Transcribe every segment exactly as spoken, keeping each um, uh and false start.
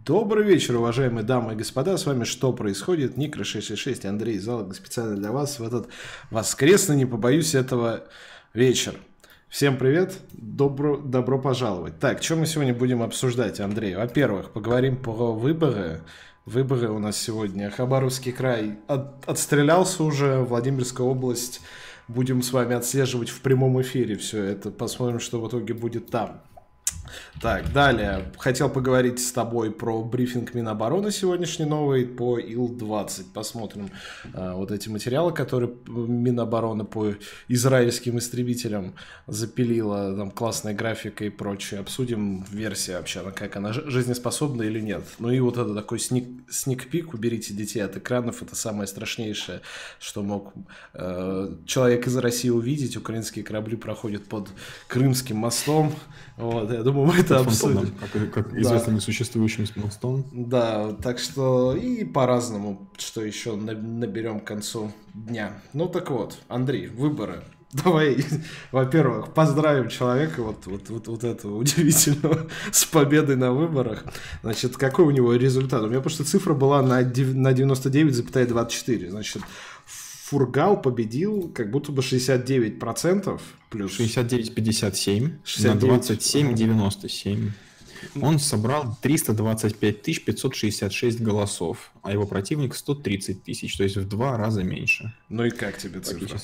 Добрый вечер, уважаемые дамы и господа, с вами «Что происходит?» Никра шесть шесть шесть, Андрей Залог, специально для вас в этот воскресный, не побоюсь этого, вечер. Всем привет, добро, добро пожаловать. Так, что мы сегодня будем обсуждать, Андрей? Во-первых, поговорим про выборы. Выборы у нас сегодня. Хабаровский край от, отстрелялся уже, Владимирская область. Будем с вами отслеживать в прямом эфире все это, посмотрим, что в итоге будет там. Так, далее. Хотел поговорить с тобой про брифинг Минобороны сегодняшний новый по Ил двадцать. Посмотрим а, вот эти материалы, которые Минобороны по израильским истребителям запилила. Там классная графика и прочее. Обсудим версию вообще, как она жизнеспособна или нет. Ну и вот это такой сник, сникпик. Уберите детей от экранов. Это самое страшнейшее, что мог э, человек из России увидеть. Украинские корабли проходят под Крымским мостом. Вот, я думаю, мы это обсудим. Как, как известно, да. Несуществующим мостом. Да, так что и по-разному, что еще наберем к концу дня. Ну так вот, Андрей, выборы. Давай, во-первых, поздравим человека, вот, вот, вот, вот этого удивительного, с победой на выборах. Значит, какой у него результат? У меня просто цифра была на девяносто девять целых двадцать четыре сотых. Значит, Фургал победил как будто бы шестьдесят девять процентов плюс... шестьдесят девять пятьдесят семь на двадцать семь девяносто семь. Он собрал триста двадцать пять тысяч пятьсот шестьдесят шесть голосов, а его противник сто тридцать тысяч, то есть в два раза меньше. Ну и как тебе цифра?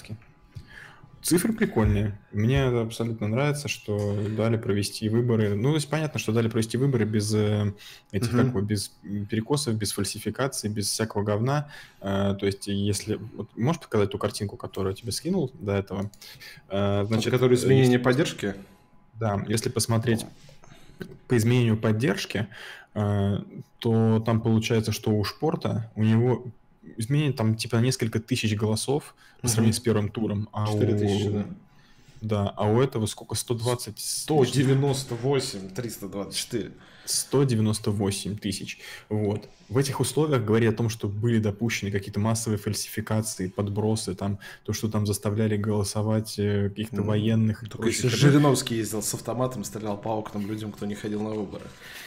Цифры прикольные. Мне абсолютно нравится, что дали провести выборы. Ну, то есть понятно, что дали провести выборы без э, этих, uh-huh. как бы, без перекосов, без фальсификаций, без всякого говна. Э, то есть, если... Вот, можешь показать ту картинку, которую я тебе скинул до этого? Э, значит, которую изменение если... поддержки? Да, если посмотреть по изменению поддержки, э, то там получается, что у Шпорта, у него... изменение там типа несколько тысяч голосов по сравнению с первым туром. А четыре тысячи, у... да. Да, а у этого сколько? сто двадцать... сто девяносто восемь триста двадцать четыре. сто девяносто восемь тысяч. Вот. В этих условиях говорит о том, что были допущены какие-то массовые фальсификации, подбросы, там, то, что там заставляли голосовать каких-то mm. военных. Только если Жириновский ездил с автоматом, стрелял по окнам людям, кто не ходил на выборы.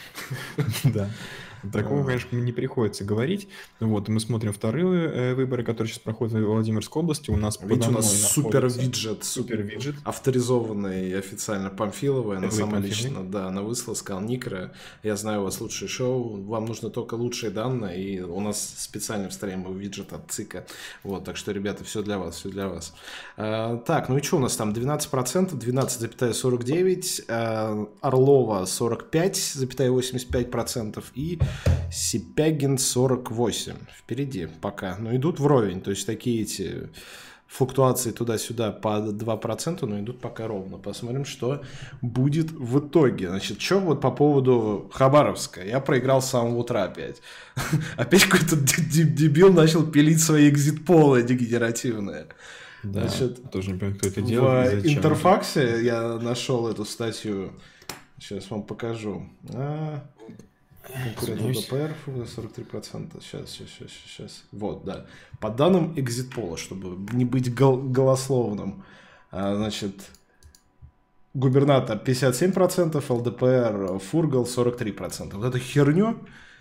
Да. Такого, конечно, не приходится говорить. Вот, и мы смотрим вторые э, выборы, которые сейчас проходят в Владимирской области. У нас Видите, у нас супер-виджет, супер-виджет, авторизованный официально Памфилова. Она сама лично, да, она выслала, сказала: Никра, я знаю у вас лучшее шоу, вам нужно только лучшие данные, и у нас специально вставим виджет от ЦИКа. Вот, так что, ребята, все для вас, все для вас. А, так, ну и что у нас там? двенадцать процентов, двенадцать целых сорок девять сотых, а, Орлова сорок пять целых восемьдесят пять сотых процентов и Сипягин сорок восемь. Впереди пока. Но идут вровень. То есть такие эти флуктуации туда-сюда по два процента, но идут пока ровно. Посмотрим, что будет в итоге. Значит, что вот по поводу Хабаровска. Я проиграл с самого утра опять. Опять какой-то дебил начал пилить свои экзит-полы дегенеративные. Да, значит, тоже не понимаю, кто это делает. В Интерфаксе я нашел эту статью. Сейчас вам покажу. А, конкурент ЛДПР сорок три процента. Сейчас, сейчас, сейчас, сейчас. Вот, да. По данным экзит-пола, чтобы не быть гол- голословным, а, значит, губернатор пятьдесят семь процентов, ЛДПР Фургал сорок три процента. Вот эту херню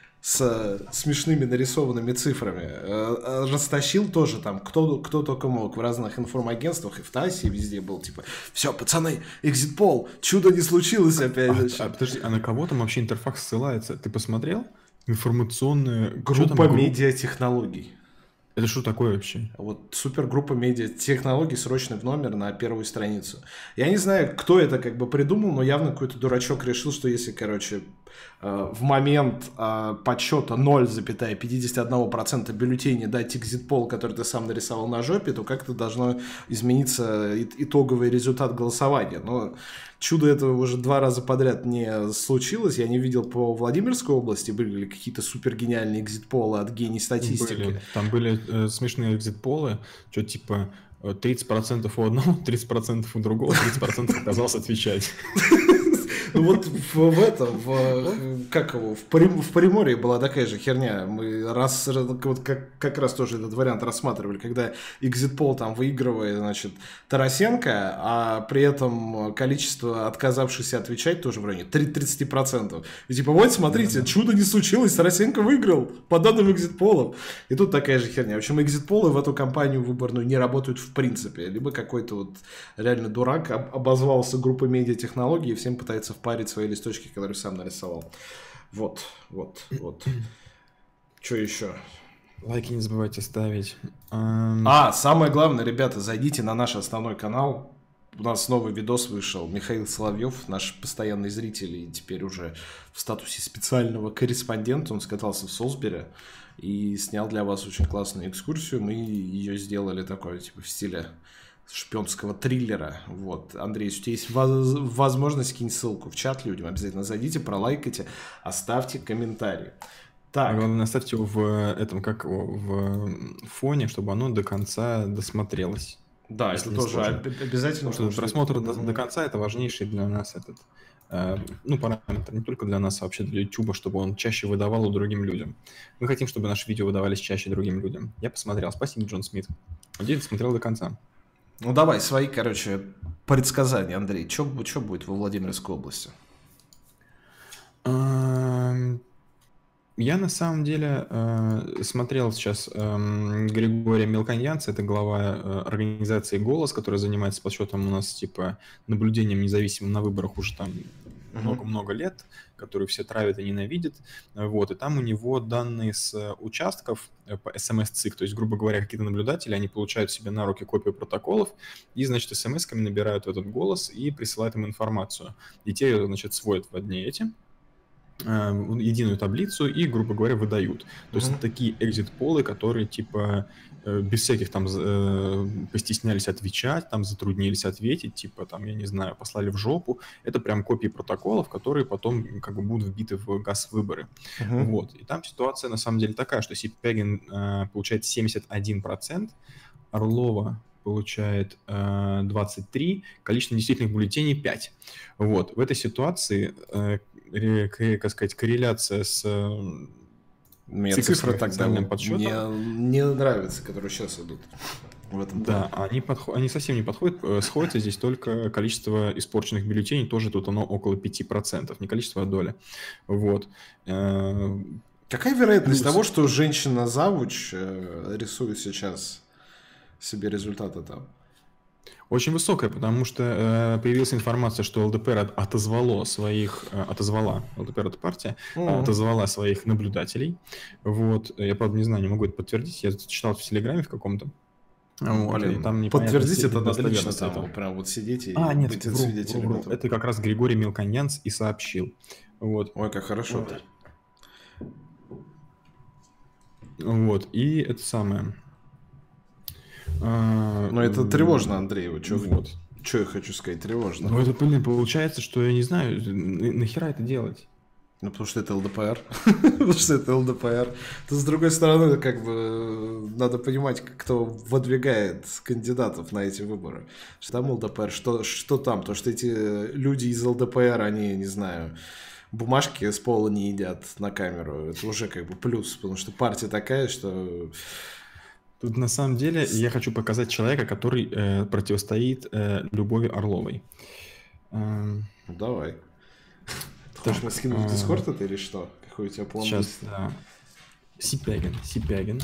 с смешными нарисованными цифрами э, растащил тоже там, кто, кто только мог, в разных информагентствах, и в ТАССе, и везде был, типа, все, пацаны, экзит-пол, чудо не случилось опять. А, а, подожди, а на кого там вообще Интерфакс ссылается? Ты посмотрел? Информационная... Группа медиатехнологий. Это что такое вообще? Вот супергруппа медиатехнологий, срочный в номер на первую страницу. Я не знаю, кто это как бы придумал, но явно какой-то дурачок решил, что если, короче, в момент подсчета ноль целых пятьдесят один процент бюллетеней дать экзит-пол, который ты сам нарисовал на жопе, то как-то должно измениться итоговый результат голосования. Но чудо этого уже два раза подряд не случилось. Я не видел по Владимирской области, были ли какие-то супергениальные экзит-полы от гений статистики. Были. Там были э, смешные экзит-полы, что типа тридцать процентов у одного, тридцать процентов у другого, тридцать процентов отказался отвечать. Ну вот в, в этом, в, как его, в, Прим, в Приморье была такая же херня. Мы раз, вот как, как раз тоже этот вариант рассматривали, когда экзит-пол там выигрывает, значит, Тарасенко, а при этом количество отказавшихся отвечать тоже в районе тридцать процентов. И типа, вот смотрите, да, да. чудо не случилось, Тарасенко выиграл по данным экзит-полов. И тут такая же херня. В общем, экзит-полы в эту кампанию выборную не работают в принципе. Либо какой-то вот реально дурак обозвался группой медиатехнологий и всем пытается впарить свои листочки, которые сам нарисовал. Вот, вот, вот. Что еще? Лайки не забывайте ставить. А, самое главное, ребята, зайдите на наш основной канал. У нас новый видос вышел. Михаил Соловьев, наш постоянный зритель, и теперь уже в статусе специального корреспондента. Он скатался в Солсбери и снял для вас очень классную экскурсию. Мы ее сделали такой, типа, в стиле шпионского триллера. Вот, Андрей, если у тебя есть возможность, кинь ссылку в чат людям. Обязательно зайдите, пролайкайте, оставьте комментарий. Так. Главное, оставьте его в этом, как его, в фоне, чтобы оно до конца досмотрелось. Да, это тоже сложно. Обязательно. Потому что просмотр до, до конца — это важнейший для нас этот, э, ну, параметр, не только для нас, а вообще для YouTube, чтобы он чаще выдавал другим людям. Мы хотим, чтобы наши видео выдавались чаще другим людям. Я посмотрел. Спасибо, Джон Смит. Надеюсь, смотрел до конца. Ну, давай, свои, короче, предсказания, Андрей. Что будет во Владимирской области? Я на самом деле э, смотрел сейчас э, Григория Мелконьянца, это глава э, организации «Голос», которая занимается подсчетом у нас, типа, наблюдением независимым на выборах уже там много-много лет, которую все травят и ненавидят. Вот, и там у него данные с участков по эс эм эс-ЦИК, то есть, грубо говоря, какие-то наблюдатели, они получают себе на руки копию протоколов и, значит, эс эм эс-ками набирают этот голос и присылают им информацию. И те ее, значит, сводят в одни эти единую таблицу и, грубо говоря, выдают. То есть mm-hmm. это такие экзит-полы, которые, типа, без всяких там постеснялись отвечать, там затруднились ответить, типа, там, я не знаю, послали в жопу. Это прям копии протоколов, которые потом как бы будут вбиты в газ-выборы. Mm-hmm. Вот. И там ситуация на самом деле такая, что Сипягин э, получает семьдесят один процент, Орлова получает э, двадцать три процента, количество действительных бюллетеней пять. Вот. В этой ситуации, э, ре, как сказать, корреляция с Мне цифры тогда подсчетом мне не нравятся, которые сейчас идут. В этом да, они, подход, они совсем не подходят, сходится здесь только количество испорченных бюллетеней, тоже тут оно около пяти процентов, не количество, а доля. Вот. Какая вероятность Плюс... того, что женщина-завуч рисует сейчас себе результаты там? Очень высокая, потому что э, появилась информация, что эл дэ пэ эр отозвало своих, э, отозвала, эл дэ пэ эр это партия, mm-hmm. отозвала своих наблюдателей. Вот. Я, правда, не знаю, не могу это подтвердить. Я читал в Телеграме в каком-то. Вот, Блин, там подтвердить это надо лично там, вот, прям вот сидеть и а, нет, быть вру, свидетелем. Вру, вру. Это как раз Григорий Мелконьянц и сообщил. Вот. Ой, как хорошо. Вот. вот. И это самое... Ну, это тревожно, Андрей. Что вот. я хочу сказать, тревожно. Ну, это, блин, получается, что я не знаю, нахера это делать? Ну, потому что это эл дэ пэ эр. Потому что это эл дэ пэ эр. То, с другой стороны, как бы, надо понимать, кто выдвигает кандидатов на эти выборы. Что там эл дэ пэ эр, что, что там? То, что эти люди из эл дэ пэ эр, они, не знаю, бумажки с пола не едят на камеру. Это уже как бы плюс, потому что партия такая, что... Тут на самом деле я хочу показать человека, который э, противостоит э, Любови Орловой. Э, Давай. Ты хочешь мне скинуть в Дискорд это или что? Какой у тебя план? Сейчас, да. Сипягин, Сипягин.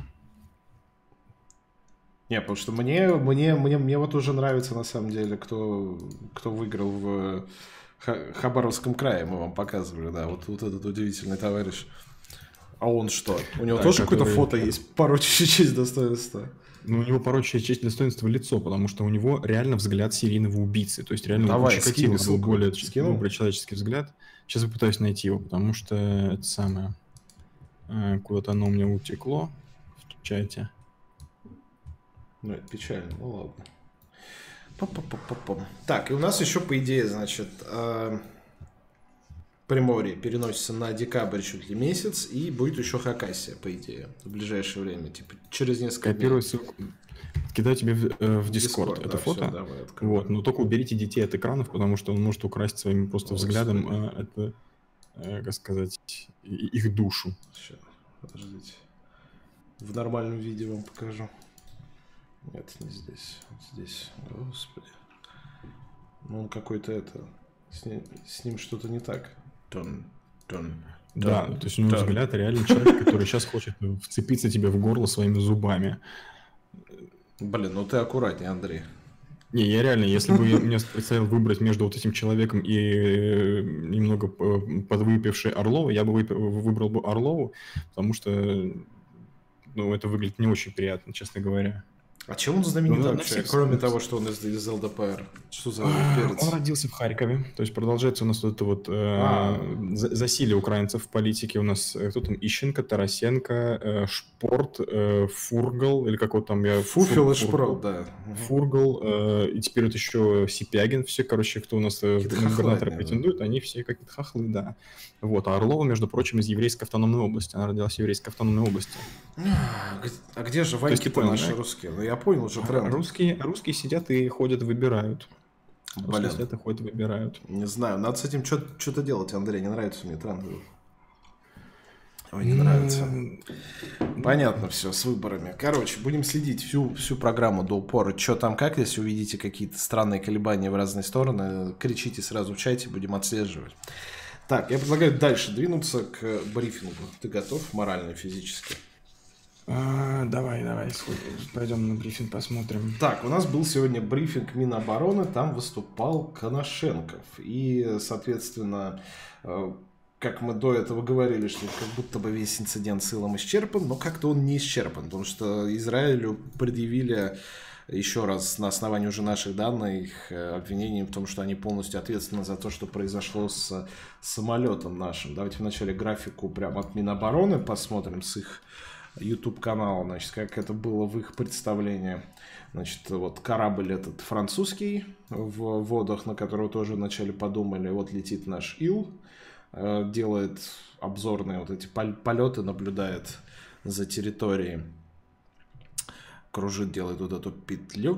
Не, потому что мне, мне, мне, мне вот уже нравится на самом деле, кто, кто выиграл в Хабаровском крае, мы вам показывали, да, вот, вот этот удивительный товарищ. А он что? У него так, тоже который... какое-то фото есть, порочащее честь достоинства? Ну, у него порочащее честь достоинства лицо, потому что у него реально взгляд серийного убийцы. То есть реально Давай, у Чикатило был более скинул? добрый человеческий взгляд. Сейчас я попытаюсь найти его, потому что это самое... Куда-то оно у меня утекло в чате. Ну, это печально, ну ладно. Па-па-па-па-па. Так, и у нас еще, по идее, значит... Э... Приморье переносится на декабрь чуть ли месяц, и будет еще Хакасия, по идее, в ближайшее время, типа через несколько Копирую дней. ссылку. Кидаю тебе в, э, в Дискорд, Discord это да, фото. Все, давай, Вот, но только уберите детей от экранов, потому что он может украсть своим просто О, взглядом Господи. э, это, э, как сказать, и- их душу. Сейчас, подождите. В нормальном виде вам покажу. Нет, не здесь. Здесь. Господи. Ну, он какой-то это... С ним, с ним что-то не так. Тон, тон, Да, тон, то есть у него тон. взгляд реально человек, который сейчас хочет вцепиться тебе в горло своими зубами. Блин, ну ты аккуратнее, Андрей. Не, я реально, если бы я мне предстояло выбрать между вот этим человеком и э, немного п- подвыпившей Орловой, я бы вып- выбрал бы Орлову, потому что ну, это выглядит не очень приятно, честно говоря. А чем он знаменит Ну, на- на вообще, всех- кроме того, что он из, из ЛДПР? Что за А, перец? Он родился в Харькове, то есть продолжается у нас вот это вот э, А. за- засилие украинцев в политике. У нас э, кто там, Ищенко, Тарасенко, э, Шпорт, э, Фургал, или какой там я... Фуфел и Фур- Шпрот, да. Фургал, э, и теперь вот еще Сипягин, все, короче, кто у нас э, в Какие-то губернаторы хохлы, претендуют, они все какие-то хохлы, да. Вот, а Орлова, между прочим, из еврейской автономной области, она родилась в еврейской автономной области. А г- а где же есть Ваньки-то ты понял, наши да? русские? Ну, я понял уже тренд. Русские, русские сидят и ходят, выбирают. Русские Блин, сидят и ходят, выбирают. не знаю, надо с этим что-то делать, Андрей, не нравится мне тренд. Ой, не нравится. М, Понятно все с выборами. Короче, будем следить всю, всю программу до упора. Что там как, если увидите какие-то странные колебания в разные стороны, кричите сразу в чате, будем отслеживать. Так, я предлагаю дальше двинуться к брифингу. Ты готов морально и физически? а, Давай, давай, сходим, пойдем на брифинг, посмотрим. Так, у нас был сегодня брифинг Минобороны, там выступал Коношенков. И, соответственно, э, как мы до этого говорили, что как будто бы весь инцидент с Илом исчерпан, но как-то он не исчерпан, потому что Израилю предъявили еще раз на основании уже наших данных э, обвинений в том, что они полностью ответственны за то, что произошло с самолетом нашим. Давайте вначале графику прямо от Минобороны посмотрим с их YouTube-канала, значит, как это было в их представлении. Значит, вот корабль этот французский в водах, на которого тоже вначале подумали, вот летит наш Ил, э, делает обзорные вот эти пол- полеты, наблюдает за территорией, кружит, делает вот эту петлю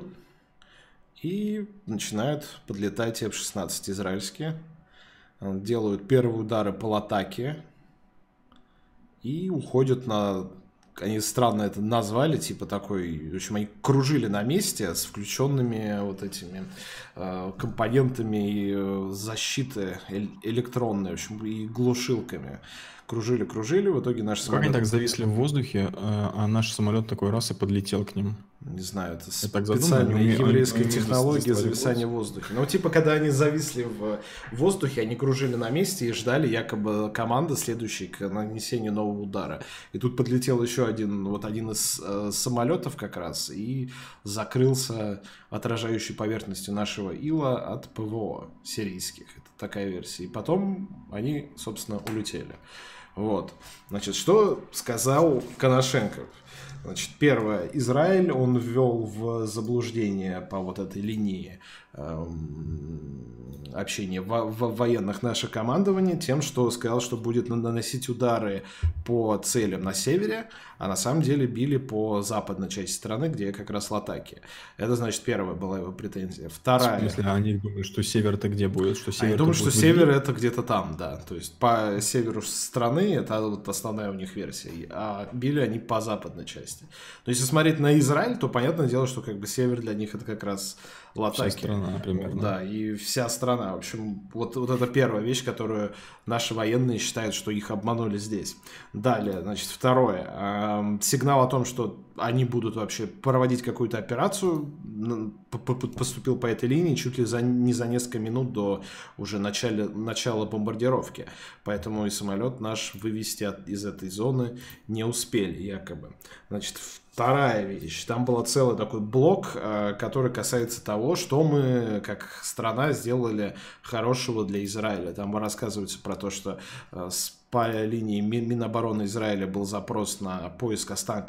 и начинают подлетать эф шестнадцать израильские, делают первые удары по Латаке и уходят на... Они странно это назвали, типа такой, в общем, они кружили на месте с включенными вот этими э, компонентами и, э, защиты эль- электронной, в общем, и глушилками. Кружили, кружили, в итоге наш Как самолет... они так зависли в воздухе, а а наш самолет такой раз и подлетел к ним? Не знаю, это Я так задумал, специальная они уме- еврейская они умеют технология заставить зависания в воздухе. Ну, типа, когда они зависли в воздухе, они кружили на месте и ждали якобы команды, следующей к нанесению нового удара. И тут подлетел еще один, вот один из э, самолетов как раз и закрылся отражающей поверхностью нашего Ила от ПВО сирийских. Это такая версия. И потом они, собственно, улетели. Вот. Значит, что сказал Коношенков? Значит, первое. Израиль он ввел в заблуждение по вот этой линии эм, общения во- во- военных наше командование тем, что сказал, что будет наносить удары по целям на севере, а на самом деле били по западной части страны, где как раз Латаки. Это, значит, первая была его претензия. Вторая. В смысле, они думают, что север-то где будет? Что Они север думают, что север это где-то там, да. То есть по северу страны это вот основная у них версия. А били они по западной части. Но если смотреть на Израиль, то понятное дело, что как бы север для них это как раз Латаки. Вся страна, примерно. Да, и вся страна. В общем, вот, вот это первая вещь, которую наши военные считают, что их обманули здесь. Далее, значит, второе. Эм, сигнал о том, что они будут вообще проводить какую-то операцию, н- п- п- поступил по этой линии чуть ли за, не за несколько минут до уже начала, начала бомбардировки. Поэтому и самолет наш вывести от, из этой зоны не успели, якобы. Значит, вторая вещь. Там был целый такой блок, э, который касается того, что мы, как страна, сделали хорошего для Израиля. Там рассказывается про то, что э, с- по линии Ми- Минобороны Израиля был запрос на поиск останков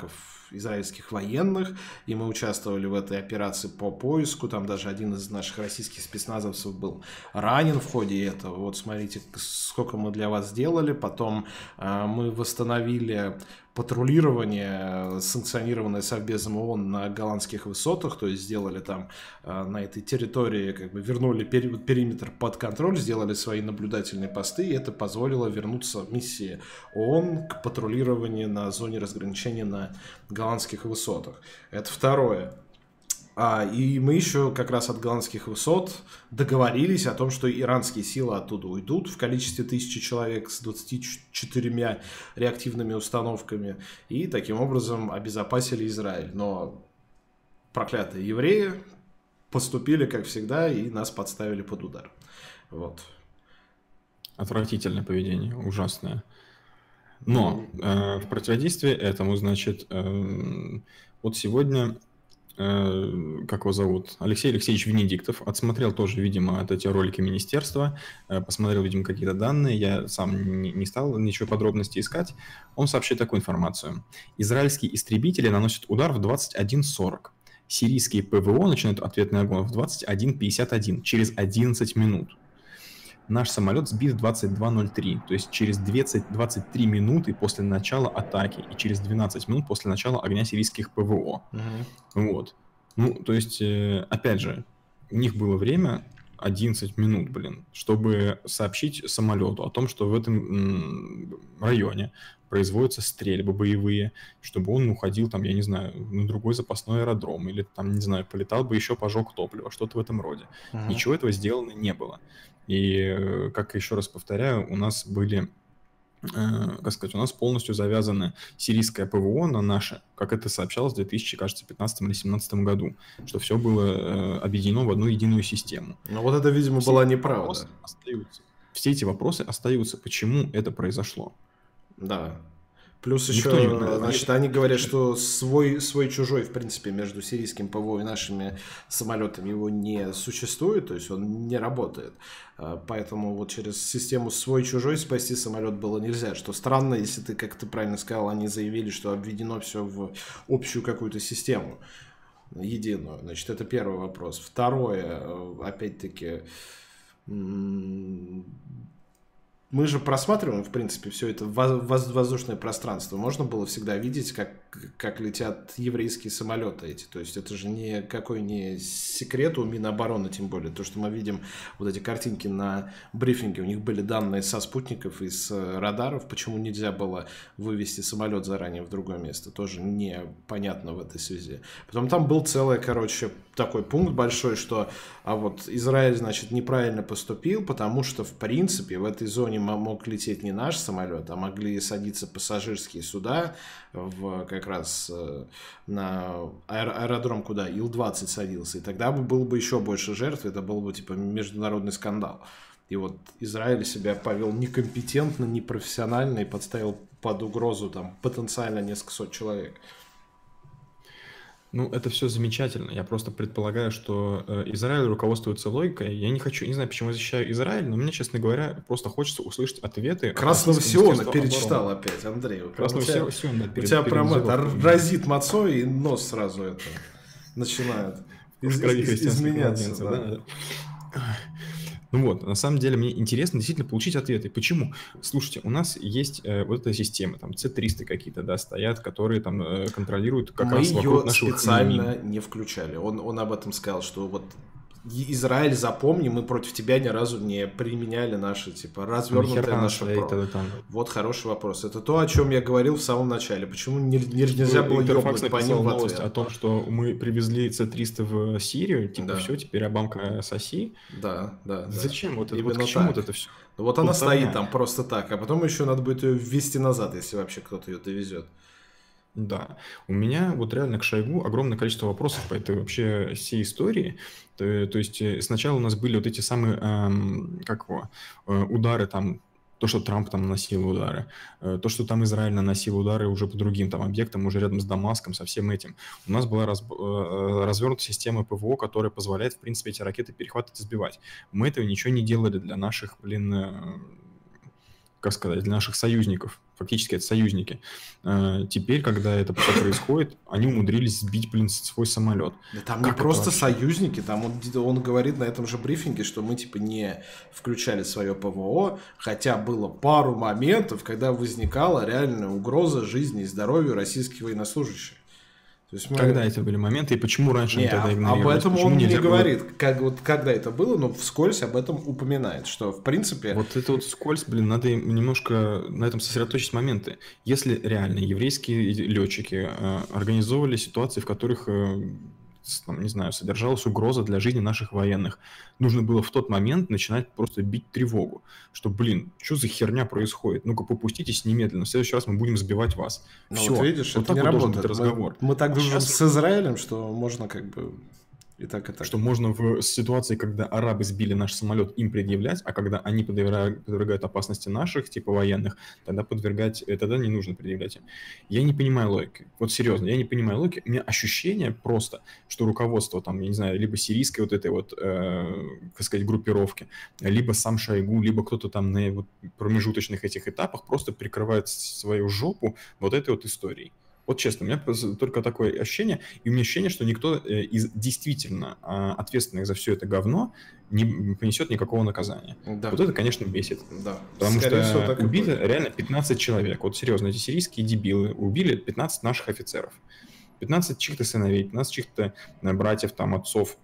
израильских военных, и мы участвовали в этой операции по поиску, там даже один из наших российских спецназовцев был ранен в ходе этого. Вот смотрите, сколько мы для вас сделали. Потом э, мы восстановили патрулирование, санкционированное Совбезом ООН на голландских высотах, то есть сделали там э, на этой территории, как бы вернули пери- периметр под контроль, сделали свои наблюдательные посты, и это позволило вернуться миссии ООН к патрулированию на зоне разграничения на голландских высотах. Это второе. А, и мы еще как раз от голландских высот договорились о том, что иранские силы оттуда уйдут в количестве тысячи человек с двадцатью четырьмя реактивными установками, и таким образом обезопасили Израиль. Но проклятые евреи поступили, как всегда, и нас подставили под удар. Вот. Отвратительное поведение, ужасное. Но э, в противодействие этому, значит, э, вот сегодня... как его зовут, Алексей Алексеевич Венедиктов, отсмотрел тоже, видимо, от эти ролики министерства, посмотрел, видимо, какие-то данные, я сам не стал ничего подробностей искать. Он сообщает такую информацию. Израильские истребители наносят удар в двадцать один сорок. Сирийские ПВО начинают ответный огонь в двадцать один пятьдесят один, через одиннадцать минут. Наш самолет сбит в двадцать два ноль три, то есть через двадцать, двадцать три минуты после начала атаки и через двенадцать минут после начала огня сирийских ПВО. Uh-huh. Вот. Ну, то есть, опять же, у них было время одиннадцать минут, блин, чтобы сообщить самолету о том, что в этом районе производятся стрельбы боевые, чтобы он уходил там, я не знаю, на другой запасной аэродром или там, не знаю, полетал бы еще, пожег топливо, что-то в этом роде. Uh-huh. Ничего этого сделано не было. И, как еще раз повторяю, у нас были, э, как сказать, у нас полностью завязано сирийское ПВО на наше, как это сообщалось в две тысячи пятнадцатом или две тысячи семнадцатом году, что все было э, объединено в одну единую систему. Ну вот это, видимо, все была неправда. Остаются. Все эти вопросы остаются. Почему это произошло? Да. Плюс еще, не... значит, они говорят, что свой, свой-чужой, в принципе, между сирийским ПВО и нашими самолетами его не существует, то есть он не работает. Поэтому вот через систему свой-чужой спасти самолет было нельзя. Что странно, если ты, как ты правильно сказал, они заявили, что обведено все в общую какую-то систему единую. Значит, это первый вопрос. Второе, опять-таки... Мы же просматриваем, в принципе, все это воздушное пространство. Можно было всегда видеть, как, как летят еврейские самолеты эти. То есть это же никакой не секрет у Минобороны, тем более. То, что мы видим, вот эти картинки на брифинге, у них были данные со спутников и с радаров. Почему нельзя было вывести самолет заранее в другое место, тоже непонятно в этой связи. Потом там был целый, короче, такой пункт большой, что а вот Израиль, значит, неправильно поступил, потому что, в принципе, в этой зоне мог лететь не наш самолет, а могли садиться пассажирские суда в, как раз на аэродром, куда Ил двадцать садился, и тогда бы было бы еще больше жертв, это был бы типа международный скандал. И вот Израиль себя повел некомпетентно, непрофессионально и подставил под угрозу там потенциально несколько сот человек. Ну, это все замечательно. Я просто предполагаю, что э, Израиль руководствуется логикой. Я не хочу, не знаю, почему я защищаю Израиль, но мне, честно говоря, просто хочется услышать ответы. Красного Сиона перечитал обороны. Опять, Андрей. Красного Сиона, Сиона да, перед, у тебя прям это разит мацой, и нос сразу это начинает из, из, изменяться. Да. Да. Ну вот, на самом деле мне интересно действительно получить ответы. Почему? Слушайте, у нас есть э, вот эта система, там С триста какие-то, да, стоят, которые там э, контролируют как Мы раз вокруг наших... Мы ее специально не включали. Он, он об этом сказал, что вот Израиль, запомни, мы против тебя ни разу не применяли наши, типа, развернутые наши ПРО. Вот хороший вопрос. Это то, о чем я говорил в самом начале. Почему не, не, нельзя было ёбнуть по ним в ответ? О том, что мы привезли С триста в Сирию, типа, да. Все, теперь Обамка соси. Да, да. Зачем? Да. Вот, вот к чему вот это все? Ну, вот она стоит там просто так, а потом еще надо будет ее ввести назад, если вообще кто-то ее довезет. Да, у меня вот реально к Шойгу огромное количество вопросов по этой вообще всей истории. То, то есть сначала у нас были вот эти самые, эм, как его, э, удары там, то, что Трамп там наносил удары, э, то, что там Израиль наносил удары уже по другим там объектам, уже рядом с Дамаском, со всем этим. У нас была раз, э, развернута система ПВО, которая позволяет, в принципе, эти ракеты перехватывать и сбивать. Мы этого ничего не делали для наших, блин, э, как сказать, для наших союзников, фактически это союзники. Теперь, когда это все происходит, они умудрились сбить, блин, свой самолет. Да там как не просто союзники, там он, он говорит на этом же брифинге, что мы типа не включали свое ПВО, хотя было пару моментов, когда возникала реальная угроза жизни и здоровью российских военнослужащих. То есть мы... Когда это были моменты, и почему раньше не, они тогда игнорировали? Об этом почему он не было... говорит, как, вот, когда это было, но вскользь об этом упоминает, что в принципе... Вот это вот вскользь, блин, надо немножко на этом сосредоточить моменты. Если реально еврейские летчики э, организовывали ситуации, в которых... Э, Там, не знаю, содержалась угроза для жизни наших военных. Нужно было в тот момент начинать просто бить тревогу, что, блин, что за херня происходит? Ну-ка, попуститесь немедленно, в следующий раз мы будем сбивать вас. Ну, Все, вот видишь, вот это так не вот работает. должен быть разговор. Мы, мы так а дружим сейчас... с Израилем, что можно как бы и так, и так. Что можно в ситуации, когда арабы сбили наш самолет, им предъявлять, а когда они подвергают, подвергают опасности наших, типа военных, тогда подвергать, тогда не нужно предъявлять им. Я не понимаю логики. Вот серьезно, я не понимаю логики. У меня ощущение просто, что руководство там, я не знаю, либо сирийской вот этой вот, э, как сказать, группировки, либо сам Шойгу, либо кто-то там на вот промежуточных этих этапах просто прикрывает свою жопу вот этой вот историей. Вот честно, у меня только такое ощущение, и у меня ощущение, что никто из действительно ответственных за все это говно не понесет никакого наказания. Да. Вот это, конечно, бесит. Да. Потому Скорее что всего, убили реально пятнадцать человек. Вот серьезно, эти сирийские дебилы убили пятнадцать наших офицеров. пятнадцать чьих-то сыновей, пятнадцать чьих-то братьев, там, отцов.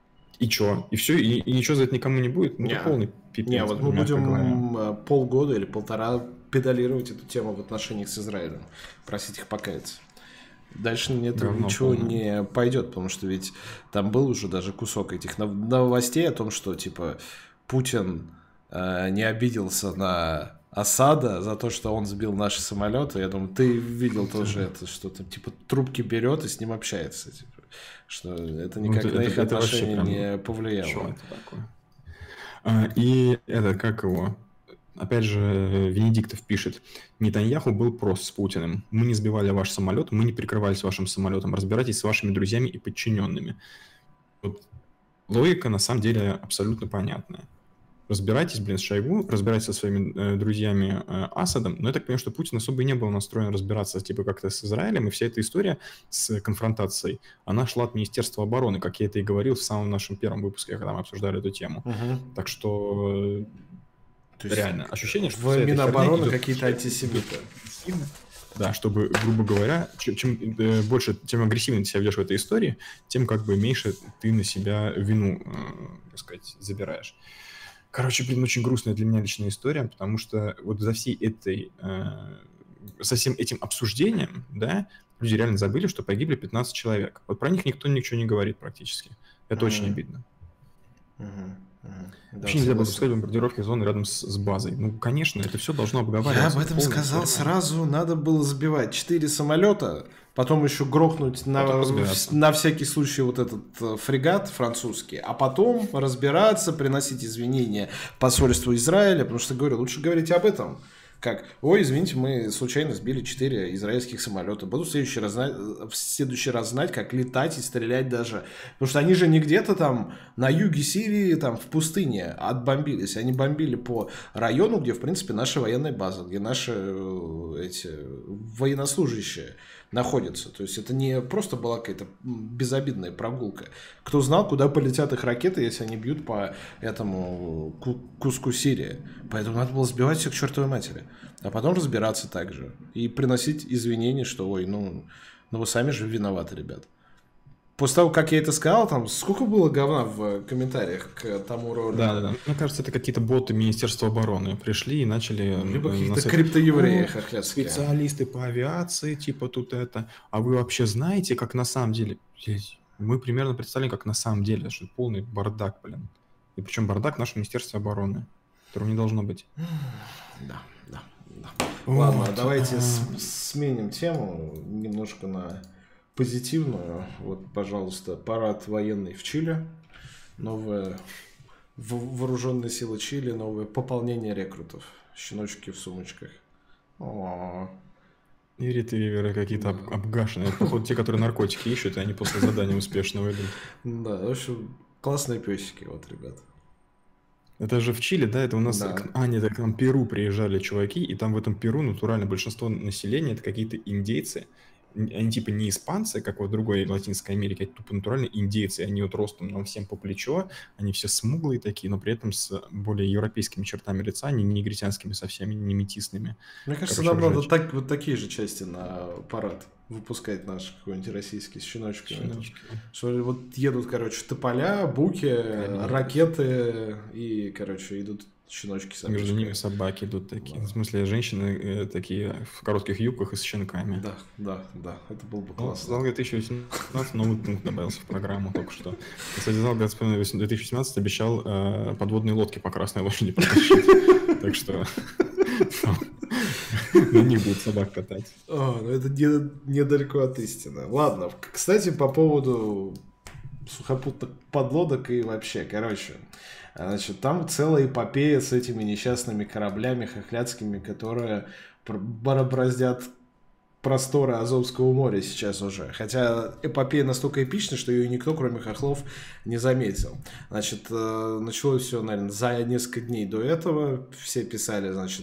И чё? И все? И, и ничего за это никому не будет? Ну, не, это полный пипец. Не, вот мы будем говоря. полгода или полтора педалировать эту тему в отношениях с Израилем. Просить их покаяться. Дальше нет, ничего полное. Не пойдет, потому что ведь там был уже даже кусок этих новостей о том, что типа Путин э, не обиделся на Асада за то, что он сбил наши самолеты. Я думаю, ты видел тоже это, что там типа трубки берет и с ним общается. Типа, что это никак ну, это, на их это, отношения это не повлияло. Что это такое? А, и это, как его... Опять же, Венедиктов пишет, Нетаньяху был прост с Путиным. Мы не сбивали ваш самолет, мы не прикрывались вашим самолетом. Разбирайтесь с вашими друзьями и подчиненными. Вот логика на самом деле абсолютно понятная. Разбирайтесь, блин, с Шойгу, разбирайтесь со своими э, друзьями э, Асадом. Но я так понимаю, что Путин особо и не был настроен разбираться типа как-то с Израилем. И вся эта история с конфронтацией, она шла от Министерства обороны, как я это и говорил в самом нашем первом выпуске, когда мы обсуждали эту тему. Угу. Так что... То есть реально, ощущение, что в Минобороны какие-то антисемиты. Да, чтобы, грубо говоря, чем, чем э, больше, тем агрессивнее ты себя ведешь в этой истории, тем как бы меньше ты на себя вину, э, так сказать, забираешь. Короче, блин, очень грустная для меня личная история, потому что вот за всей этой, э, со всем этим обсуждением, да, люди реально забыли, что погибли пятнадцать человек. Вот про них никто ничего не говорит практически. Это mm-hmm. очень обидно. Mm-hmm. Mm-hmm. Вообще да, нельзя было пускать бомбардировки зоны рядом с, с базой. Ну, конечно, это все должно обговариваться. Я об этом сказал сразу. Надо было сбивать четыре самолета, потом еще грохнуть на, на всякий случай вот этот фрегат французский, а потом разбираться, приносить извинения посольству Израиля, потому что, говорю, лучше говорить об этом. Как, ой, извините, мы случайно сбили четыре израильских самолета. Буду в следующий, раз знать, в следующий раз знать, как летать и стрелять даже. Потому что они же не где-то там на юге Сирии, там в пустыне отбомбились. Они бомбили по району, где, в принципе, наша военная база, где наши эти военнослужащие находятся. То есть это не просто была какая-то безобидная прогулка. Кто знал, куда полетят их ракеты, если они бьют по этому куску Сирии. Поэтому надо было сбивать все к чертовой матери. А потом разбираться также. И приносить извинения, что ой, ну, ну вы сами же виноваты, ребят. После того, как я это сказал, там сколько было говна в комментариях к тому ролику? Да, да, да. Мне кажется, это какие-то боты Министерства обороны пришли и начали... Либо какие-то криптоевреи хохлядские. Специалисты по авиации, типа тут это. А вы вообще знаете, как на самом деле... Мы примерно представляем, как на самом деле, что это полный бардак, блин. И причем бардак в нашем Министерстве обороны, которого не должно быть. Да, да, да. Ладно, вот. Давайте а... сменим тему немножко на... позитивную. Вот, пожалуйста, парад военный в Чили. Новые вооруженные силы Чили, новое пополнение рекрутов. Щеночки в сумочках. О-о-о. И ретриверы какие-то об- обгашенные. Походу, те, которые наркотики ищут, и они после задания успешно выйдут. Да, в общем, классные песики, вот, ребят. Это же в Чили, да, это у нас... Да. А, нет, это к нам Перу приезжали чуваки, и там в этом Перу натурально большинство населения это какие-то индейцы. Они типа не испанцы, как в другой Латинской Америке, а тупо натурально индейцы. Они вот ростом нам всем по плечо, они все смуглые такие, но при этом с более европейскими чертами лица, не негритянскими совсем, не метисными. Мне кажется, нам надо так, вот такие же части на парад выпускать наши какой-нибудь российский с щеночками. Щеночки. Что вот едут, короче, тополя, буки, Конечно. ракеты и, короче, идут щеночки с Между ними собаки идут такие. Да. В смысле, женщины э, такие в коротких юбках и с щенками. Да, да, да. Это было бы ну, классно. Зал две тысячи восемнадцать новый пункт добавился в программу только что. Кстати, зал две тысячи восемнадцать обещал э, подводные лодки по Красной лошади потащить. Так что на них будут собак катать. О, ну это недалеко от истины. Ладно, кстати, по поводу сухопутных подлодок и вообще, короче... Значит, там целая эпопея с этими несчастными кораблями хохлядскими, которые бороздят просторы Азовского моря сейчас уже. Хотя эпопея настолько эпична, что ее никто, кроме хохлов, не заметил. Значит, началось все, наверное, за несколько дней до этого. Все писали, значит,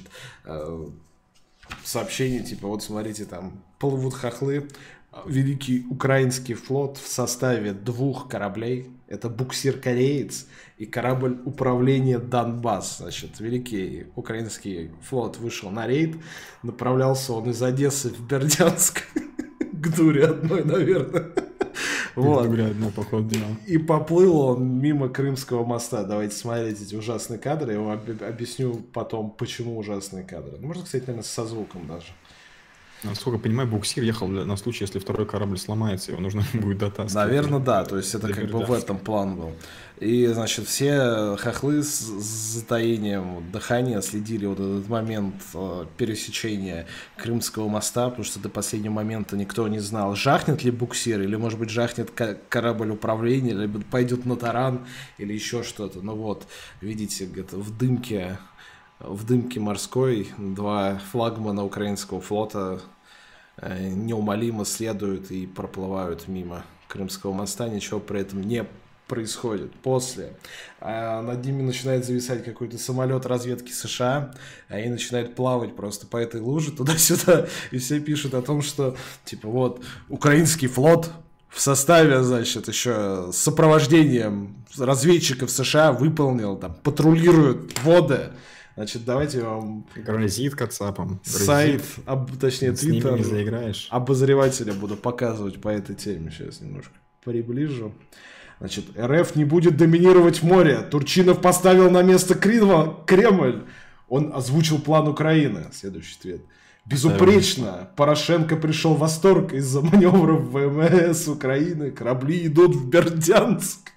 сообщения, типа, вот смотрите, там плывут хохлы. Великий украинский флот в составе двух кораблей. Это буксир-кореец и корабль управления Донбасс. Значит, великий украинский флот вышел на рейд. Направлялся он из Одессы в Бердянск. К дуре одной, наверное. Вот. Одно, походу, и поплыл он мимо Крымского моста. Давайте смотреть эти ужасные кадры. Я вам объясню потом, почему ужасные кадры. Можно, кстати, наверное, со звуком даже. Насколько я понимаю, буксир ехал на случай, если второй корабль сломается, его нужно будет дотаскивать. Наверное, да, то есть это как бы в этом план был. И, значит, все хохлы с затаением дыхания следили вот этот момент пересечения Крымского моста, потому что до последнего момента никто не знал, жахнет ли буксир, или, может быть, жахнет корабль управления, либо пойдет на таран, или еще что-то. Ну вот, видите, где-то в дымке... В дымке морской два флагмана украинского флота неумолимо следуют и проплывают мимо Крымского моста. Ничего при этом не происходит. После а над ними начинает зависать какой-то самолет разведки США, а они начинают плавать просто по этой луже туда-сюда, и все пишут о том, что типа вот украинский флот в составе, значит, еще с сопровождением разведчиков США выполнил, там, патрулируют воды. Значит, давайте вам... Грозит кацапом. Сайт, об, точнее, твиттер обозревателя буду показывать по этой теме. Сейчас немножко приближу. Значит, РФ не будет доминировать в море. Турчинов поставил на место Крыма, Кремль. Он озвучил план Украины. Следующий твит. Безупречно. Порошенко пришел в восторг из-за маневров ВМС Украины. Корабли идут в Бердянск.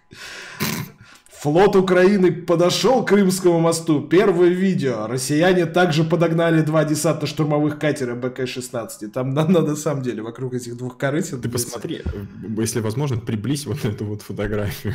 Флот Украины подошел к Крымскому мосту. Первое видео. Россияне также подогнали два десантно-штурмовых катера Бэ Ка шестнадцать. И там надо, на самом деле, вокруг этих двух корытин... Ты посмотри, если возможно, приблизь вот эту вот фотографию.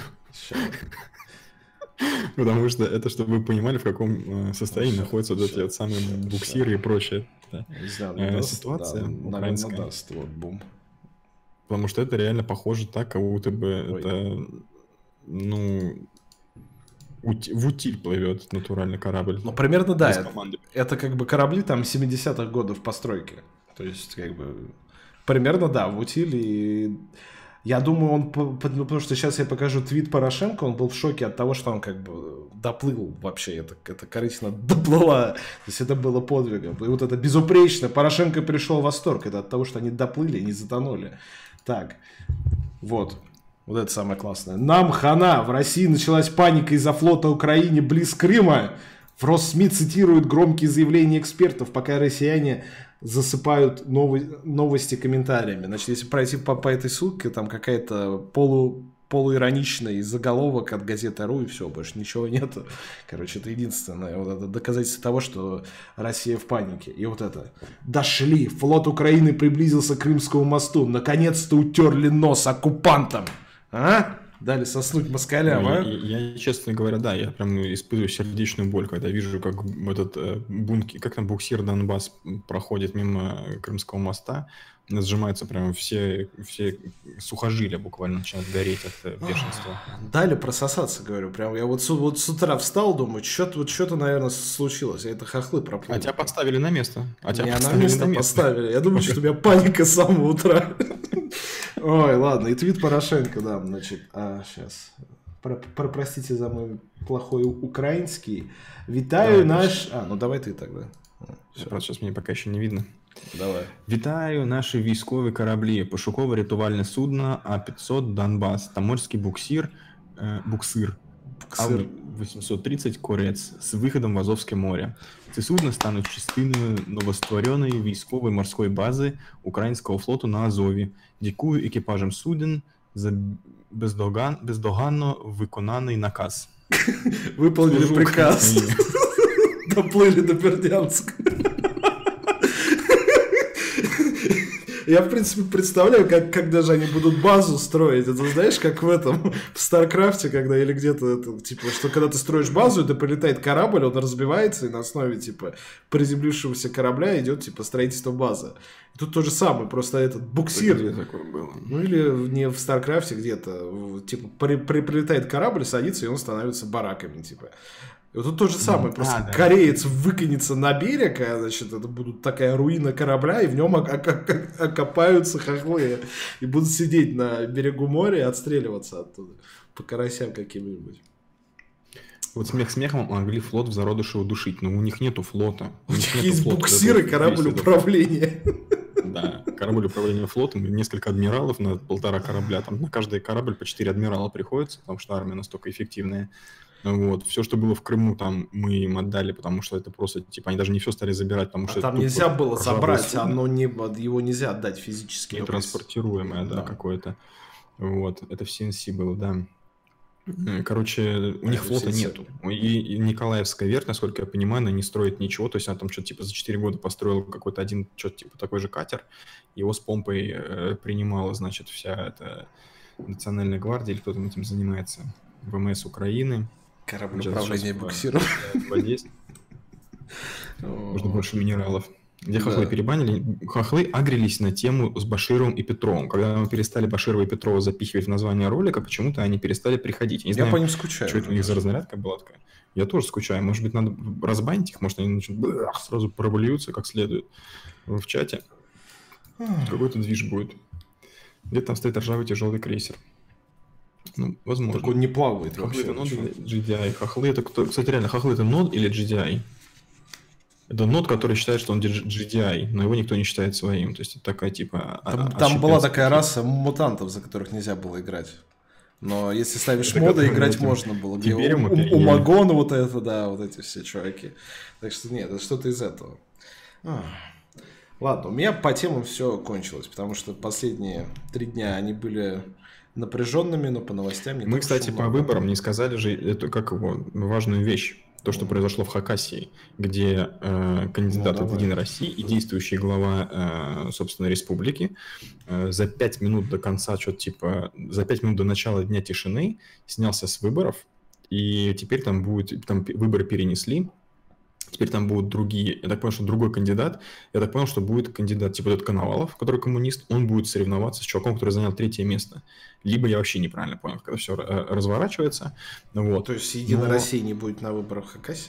Потому что это, чтобы вы понимали, в каком состоянии находятся вот эти вот самые буксиры и прочее. Ситуация украинская. Потому что это реально похоже так, как будто бы это... Ну... В утиль плывет натуральный корабль. Ну, примерно, да. Это, это как бы корабли там семидесятых годов постройки. То есть, как бы, примерно, да, в утиль. И я думаю, он, потому что сейчас я покажу твит Порошенко, он был в шоке от того, что он как бы доплыл вообще. Это, это корыстно доплыла. То есть, это было подвигом. И вот это безупречно. Порошенко пришел в восторг. Это от того, что они доплыли, не затонули. Так, вот. Вот это самое классное. Нам хана. В России началась паника из-за флота Украины близ Крыма. В Росс-СМИ цитируют громкие заявления экспертов, пока россияне засыпают нови- новости комментариями. Значит, если пройти по, по этой ссылке, там какая-то полу, полуироничный заголовок от газеты РУ, и все, больше ничего нету. Короче, это единственное вот это доказательство того, что Россия в панике. И вот это. Дошли. Флот Украины приблизился к Крымскому мосту. Наконец-то утерли нос оккупантам. А? дали соснуть москалям, Ну, а? я, я, честно говоря, да, я прям испытываю сердечную боль, когда вижу, как этот э, бункер, как там буксир Донбасс проходит мимо Крымского моста, сжимаются прям все, все сухожилия буквально начинают гореть от э, бешенства. Дали прососаться, говорю. Прям я вот с, вот с утра встал, думаю, что-то, вот что-то, наверное, случилось. А это хохлы проплыли. А тебя поставили на место. А тебя Меня на поставили место на место. поставили. Я думаю, что у меня паника с самого утра. Ой, ладно. И твит Порошенко, да, значит. А, сейчас. Про, про, простите за мой плохой украинский. Витаю Давай, наш... А, ну давай ты тогда. Все. Просто сейчас мне пока еще не видно. Давай. Вітаю наші військові кораблі, пошуково-рятувальне судно А пятьсот Донбас, Таморський буксир, э, буксир, Буксир. А вісімсот тридцять Корець з виходом в Азовське море. Ці судна стануть частиною новоствореної військової морської бази Українського флоту на Азові. Дякую екіпажам суден за бездоган... бездоганно виконаний наказ. Выполнили приказ. Доплыли до Бердянска. Я, в принципе, представляю, как, как даже они будут базу строить. Это знаешь, как в этом, в Старкрафте, когда или где-то, это, типа, что когда ты строишь базу, это прилетает корабль, он разбивается, и на основе, типа, приземлившегося корабля идет, типа, строительство базы. И тут то же самое, просто этот буксир. Где такое было? Ну, или не в Старкрафте где-то, типа, при, при, прилетает корабль, садится, и он становится бараками, типа. И вот тут то же самое, просто а, да. кореец выкинется на берег, а, значит, это будет такая руина корабля, и в нем окопаются хохлы, и будут сидеть на берегу моря и отстреливаться оттуда, по карасям каким-нибудь. Вот смех смехом могли флот в зародыше удушить, но у них нету флота. У, у них есть буксир и корабль управления. Да, корабль управления флотом, несколько адмиралов на полтора корабля, там на каждый корабль по четыре адмирала приходится, потому что армия настолько эффективная. Вот. Все, что было в Крыму, там мы им отдали, потому что это просто, типа, они даже не все стали забирать, потому что... А там нельзя было забрать, оно не, его нельзя отдать физически. Нетранспортируемое, да, да, какое-то. Вот, это в си эн си было, да. Короче, у них флота нету. И, и Николаевская верфь, насколько я понимаю, она не строит ничего, то есть она там что-то типа за четыре года построила какой-то один, что-то типа такой же катер, его с помпой э, принимала, значит, вся эта национальная гвардия, или кто там этим занимается, ВМС Украины. Корабль управления буксиром. Нужно больше минералов. Где хохлы да. перебанили? Хохлы агрились на тему с Башировым и Петровым. Когда мы перестали Баширова и Петрова запихивать в название ролика, почему-то они перестали приходить. Не Я знаю, по ним скучаю. Что это у них за разнарядка была такая? Я тоже скучаю. Может быть, надо разбанить их? Может, они начнут сразу провалиются как следует в чате. Какой-то движ будет. Где-то там стоит ржавый тяжелый крейсер. Ну, возможно. Так он не плавает хохлы вообще. Это нод или джи ди ай? Хохлы это кто? Кстати, реально, хохлы это нод или джи ди ай? Это нод, который считает, что он джи ди ай, но его никто не считает своим. То есть это такая типа... Там, там была такая раса мутантов, за которых нельзя было играть. Но если ставишь это моды, играть этим... можно было. Где у, у, у Магона вот это, да, вот эти все чуваки. Так что нет, это что-то из этого. А. Ладно, у меня по темам все кончилось, потому что последние три дня они были... напряженными, но по новостям не Мы, кстати, по выборам не сказали же эту, как его, важную вещь. То, что произошло в Хакасии, где э, кандидат ну, от «Единой России» и действующий глава, э, собственно, республики э, за пять минут до конца, что-то типа, за пять минут до начала дня тишины снялся с выборов, и теперь там будет, там выборы перенесли, теперь там будут другие, я так понял, что другой кандидат, я так понял, что будет кандидат типа тот Коновалов, который коммунист, он будет соревноваться с чуваком, который занял третье место. Либо я вообще неправильно понял, когда все разворачивается. Вот. То есть «Единая Но... Россия не будет на выборах в Хакасии?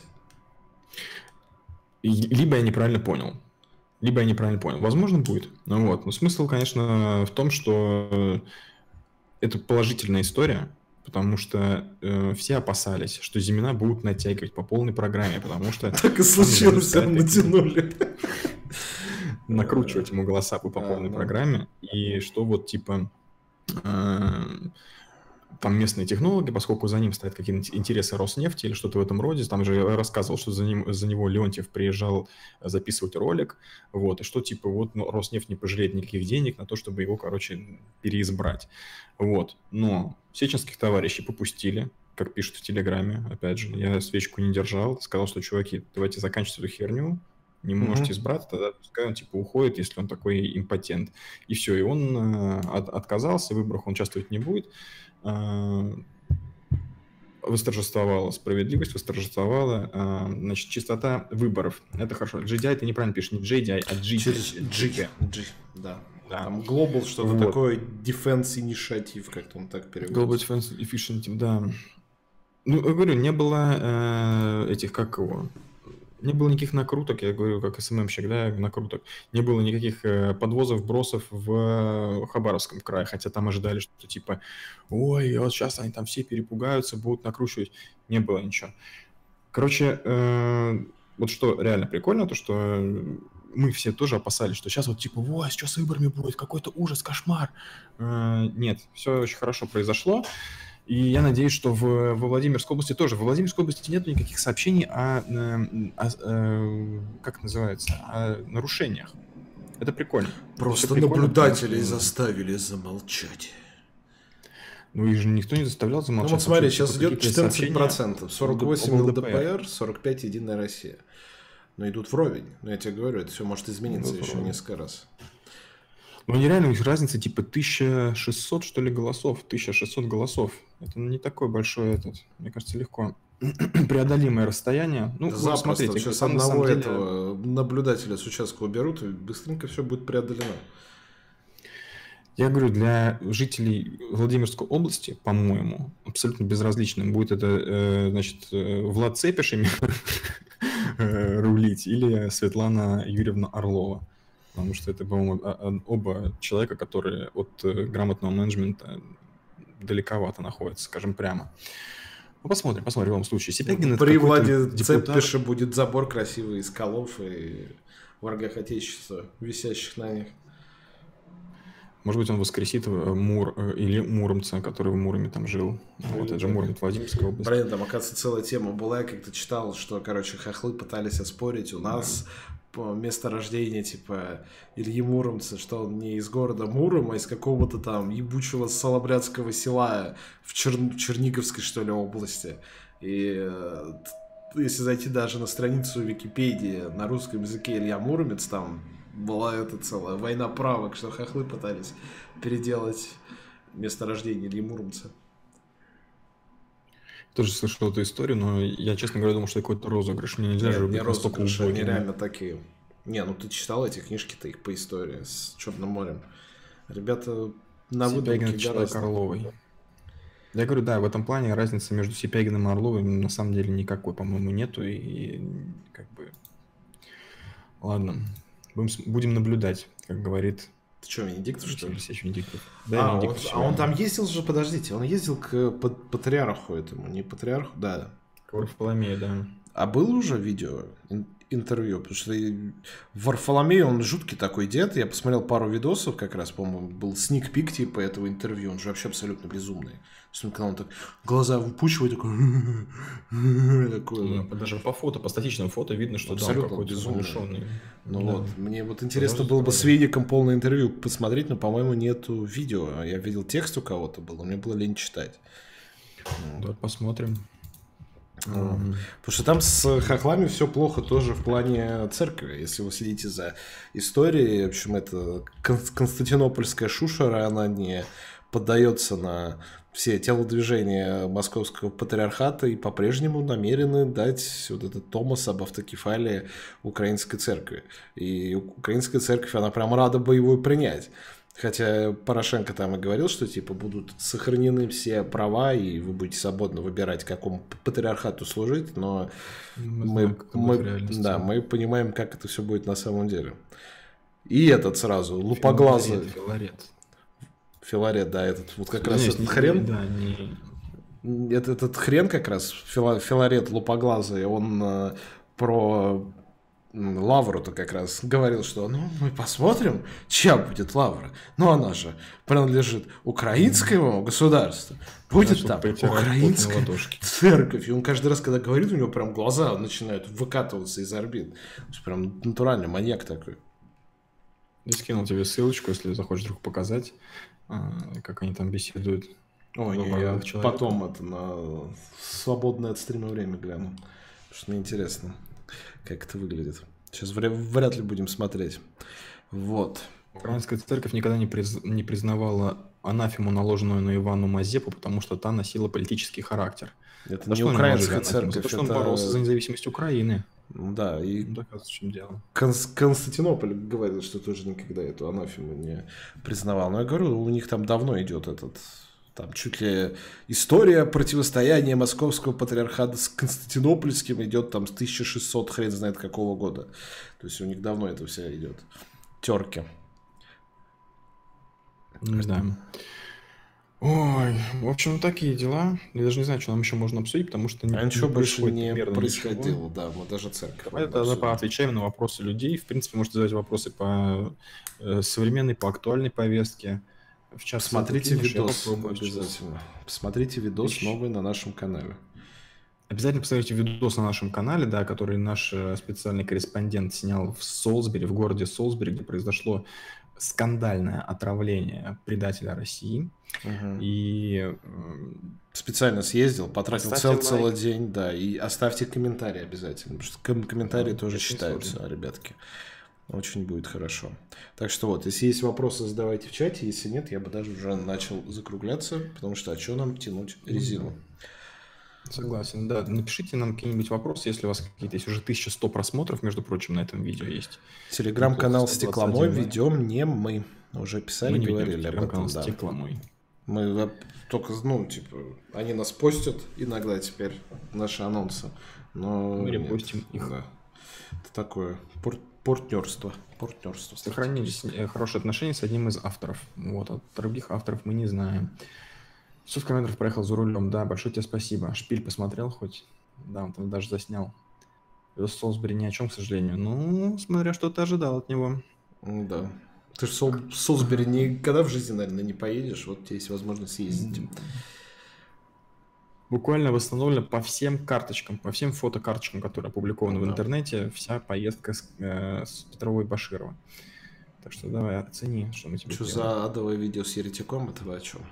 Либо я неправильно понял. Либо я неправильно понял. Возможно, будет. Ну, вот. Но смысл, конечно, в том, что это положительная история, потому что э, все опасались, что Зимина будут натягивать по полной программе, потому что... Так и случилось, все натянули. Накручивать ему голоса по полной программе, и что вот типа... там местные технологи, поскольку за ним стоят какие-то интересы Роснефти или что-то в этом роде. Там же я рассказывал, что за, ним, за него Леонтьев приезжал записывать ролик, вот, и что типа вот ну, Роснефть не пожалеет никаких денег на то, чтобы его, короче, переизбрать. Вот. Но сеченских товарищей попустили, как пишут в Телеграме, опять же, я свечку не держал, сказал, что, чуваки, давайте заканчивать эту херню, не можете mm-hmm. избрать, тогда пускай он типа уходит, если он такой импотент. И все, и он э, от, отказался, в выборах он участвовать не будет. э, восторжествовала справедливость, восторжествовала, э, значит, чистота выборов. Это хорошо. джей ди ай ты неправильно пишешь, не джей ди ай, а джи ти. Через G, G, да. Да. Там Global что-то Вот. такое, Defense Initiative, как-то он так Global переводится. Defense Efficiency, да. Ну, я говорю, не было э, этих, как его, не было никаких накруток, я говорю, как эс эм эм-щик, да, накруток. Не было никаких э, подвозов, бросов в Хабаровском крае, хотя там ожидали, что типа, ой, вот сейчас они там все перепугаются, будут накручивать. Не было ничего. Короче, э, вот что реально прикольно, то что мы все тоже опасались, что сейчас вот типа, ой, что с выборами будет, какой-то ужас, кошмар. Э, нет, все очень хорошо произошло. И я надеюсь, что в, во Владимирской области тоже. Во Владимирской области нет никаких сообщений о, о, о, о как называется, о нарушениях. Это прикольно. Просто Это прикольно, наблюдателей потому что- заставили замолчать. Ну, их же никто не заставлял Ну замолчать. вот смотри, Вообще, сейчас типа, идет какие-то четырнадцать сообщения процентов, сорок восемь об ЛДПР, сорок пять Единая Россия. Но идут вровень. Но я тебе говорю, это все может измениться Идут еще вровень. несколько раз. Ну, нереально, у них разница типа тысяча шестьсот, что ли, голосов. тысяча шестьсот голосов. Это не такой большой этот, мне кажется, легко преодолимое расстояние. Ну, Да вот запросто. смотрите, Сейчас там на одного самом деле... этого наблюдателя с участка уберут, и быстренько все будет преодолено. Я говорю, для жителей Владимирской области, по-моему, абсолютно безразличным будет это, э, значит, э, Влад Цепишин э, рулить или Светлана Юрьевна Орлова. Потому что это, по-моему, а- а- оба человека, которые от э, грамотного менеджмента далековато находятся, скажем прямо. Ну, посмотрим, посмотрим в любом случае. Сипягин это При какой-то Владе депутат. Цеппише будет забор красивый из колов и врагах Отечества, висящих на них. Может быть, он воскресит э, Мур э, или Муромца, который в Муроме там жил. Вот это же Муром, Владимирская область. Блин, там, оказывается, целая тема была. Я как-то читал, что, короче, хохлы пытались оспорить у нас по место рождения, типа, Ильи Муромца, что он не из города Муром, а из какого-то там ебучего Салабрядского села в Чер- Черниговской, что ли, области. И э, т- если зайти даже на страницу Википедии на русском языке Илья Муромец, там была эта целая война правок, что хохлы пытались переделать место рождения Ильи Муромца. Тоже слышал эту историю, но я, честно говоря, думал, что это какой-то розыгрыш. Мне нельзя Нет, же не быть настолько розыгрыши, они убогим. реально такие. Не, ну ты читал эти книжки-то их по истории с Черным морем. Ребята на Сипягин выдумке это человек гораздо. Орловой. Я говорю, да, в этом плане разницы между Сипягиным и Орловым на самом деле никакой, по-моему, нету. И, и как бы... Ладно, будем, с- будем наблюдать, как говорит Ты что, Венедиктов, что Алексей ли? Алексеевич Венедиктов. А, Да, он, Венедиктов а он сегодня. там ездил же, подождите, он ездил к пат- патриарху этому, не патриарху, да. К Варфоломею, да. А было уже видео, ин- интервью? Потому что и Варфоломей, он жуткий такой дед. Я посмотрел пару видосов как раз, по-моему, был сник-пик типа этого интервью. Он же вообще абсолютно безумный. То есть он, когда он так глаза выпучивает, такой... такой, Ну, да. даже по фото, по статичному фото видно, что да, он Абсолютно какой-то безумный. умалишенный. Ну Да. вот, мне вот интересно Может, было бы правда. с Веником полное интервью посмотреть, но, по-моему, нету видео. Я видел текст у кого-то был, мне было лень читать. Да, посмотрим. Вот. М. Потому что там с хохлами все плохо тоже в плане церкви. Если вы следите за историей, в общем, это Кон- Константинопольская шушера, она не поддается на все телодвижения московского патриархата и по-прежнему намерены дать вот этот томос об автокефалии украинской церкви. И украинская церковь, она прям рада бы его принять. Хотя Порошенко там и говорил, что типа будут сохранены все права, и вы будете свободно выбирать, какому патриархату служить, но Мы мы, знаем, как это мы- в реальности. да, мы понимаем, как это все будет на самом деле. И этот сразу, лупоглазый, Филарет, Филарет. Филарет, да, этот вот как Да, раз не, этот не- хрен, Да, не... этот, этот хрен как раз, Фила- Филарет лупоглазый, он э, про м, Лавру-то как раз говорил, что ну мы посмотрим, чья будет Лавра. Но она же принадлежит украинскому государству. Будет чтобы там потирать потные украинская ладошки. церковь. И он каждый раз, когда говорит, у него прям глаза начинают выкатываться из орбит. То есть прям натуральный маньяк такой. Я скинул тебе ссылочку, если захочешь вдруг показать, а, как они там беседуют. Ой, не, Оба я человека. потом это на свободное от стрима время гляну. Потому что мне интересно, как это выглядит. Сейчас вря- вряд ли будем смотреть. Вот. Украинская церковь никогда не, приз... не признавала анафему, наложенную на Ивану Мазепу, потому что та носила политический характер. Это За не что они украинская наложили анафему? За церковь, то, что он это... боролся за независимость Украины. Да, и Ну, доказывается, в чем дело. Конс- Константинополь говорил, что тоже никогда эту анафему не признавал. Но я говорю, у них там давно идет этот... Там чуть ли история противостояния московского патриархата с Константинопольским идет там с тысяча шестисотого хрен знает какого года. То есть у них давно это все идет. Терки. Да. Ой, в общем, такие дела. Я даже не знаю, что нам еще можно обсудить, потому что А ничего больше не примерно происходило, ничего. да, мы даже церковь. Давай тогда поотвечаем на вопросы людей. В принципе, можете задавать вопросы по э, современной, по актуальной повестке. В чат Посмотрите закинешь, я видос попробую сейчас. обязательно. Посмотрите видос Ищ. новый на нашем канале. Обязательно посмотрите видос на нашем канале, да, который наш э, специальный корреспондент снял в Солсбери, в городе Солсбери, где произошло скандальное отравление предателя России. Угу. И э, специально съездил, потратил Поставьте цел, целый лайк. день, да, и оставьте комментарий обязательно, потому что ком- комментарии Да, тоже очень считаются, сложно. ребятки. Очень будет хорошо. Так что вот, если есть вопросы, задавайте в чате, если нет, я бы даже уже начал закругляться, потому что а что нам тянуть резину? Согласен, да. Напишите нам какие-нибудь вопросы, если у вас какие-то есть уже тысяча сто просмотров, между прочим, на этом видео есть. Телеграм-канал сто двадцать Стекломой один, да. ведем не мы. Уже писали, Мы не ведем говорили об этом, телеграм-канал да. Стекломой. Мы во- только, ну, типа, они нас постят иногда теперь, наши анонсы, но Мы нет, репостим их. да. Это такое пор- партнерство. Партнерство. Сохранились э, хорошие отношения с одним из авторов. Вот, от других авторов мы не знаем. Все в комментариях проехал за рулем. Да, большое тебе спасибо. Шпиль посмотрел хоть? Да, он там даже заснял. Видос Солсбери ни о чем, к сожалению. Ну, смотря что ты ожидал от него. М, Да. Ты же в Сол- Солсбери никогда в жизни, наверное, не поедешь. Вот у тебя есть возможность съездить. Буквально восстановлена по всем карточкам, по всем фотокарточкам, которые опубликованы в Да. интернете, вся поездка с, э, с Петрова и Баширова. Так что давай оцени, что мы тебе Что сделали. за адовое видео с еретиком? Это вы о чем?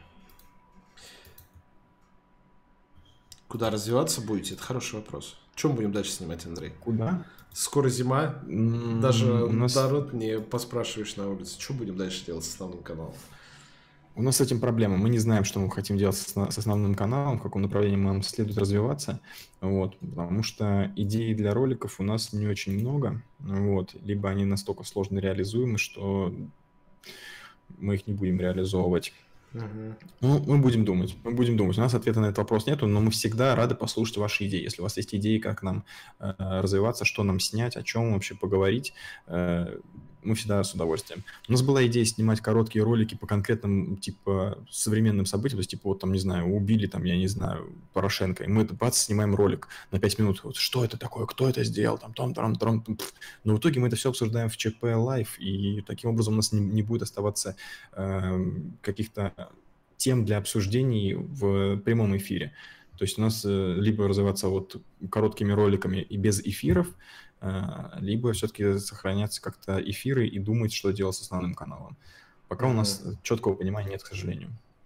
Куда развиваться будете? Это хороший вопрос. Чем будем дальше снимать, Андрей? Куда? Скоро зима. М, Даже у нас, народ не поспрашиваешь на улице. Что будем дальше делать с основным каналом? у нас с этим проблема. Мы не знаем, что мы хотим делать с, с основным каналом, в каком направлении нам следует развиваться. Вот, потому что идей для роликов у нас не очень много. Вот, либо они настолько сложно реализуемы, что мы их не будем реализовывать. Угу. Ну, мы будем думать, мы будем думать. У нас ответа на этот вопрос нету, но мы всегда рады послушать ваши идеи. Если у вас есть идеи, как нам э, развиваться, что нам снять, о чем вообще поговорить, э, мы всегда с удовольствием. У нас была идея снимать короткие ролики по конкретным, типа, современным событиям, то есть, типа, вот там, не знаю, убили, там, я не знаю, Порошенко, и мы, бац, снимаем ролик на пять минут. Вот, что это такое, кто это сделал, там, там, там, там, там. Но в итоге мы это все обсуждаем в ЧП Лайв, и таким образом у нас не, не будет оставаться э, каких-то тем для обсуждений в прямом эфире. То есть у нас э, либо развиваться вот короткими роликами и без эфиров, э, либо все-таки сохраняться как-то эфиры и думать, что делать с основным каналом. Пока у нас четкого понимания нет, к сожалению.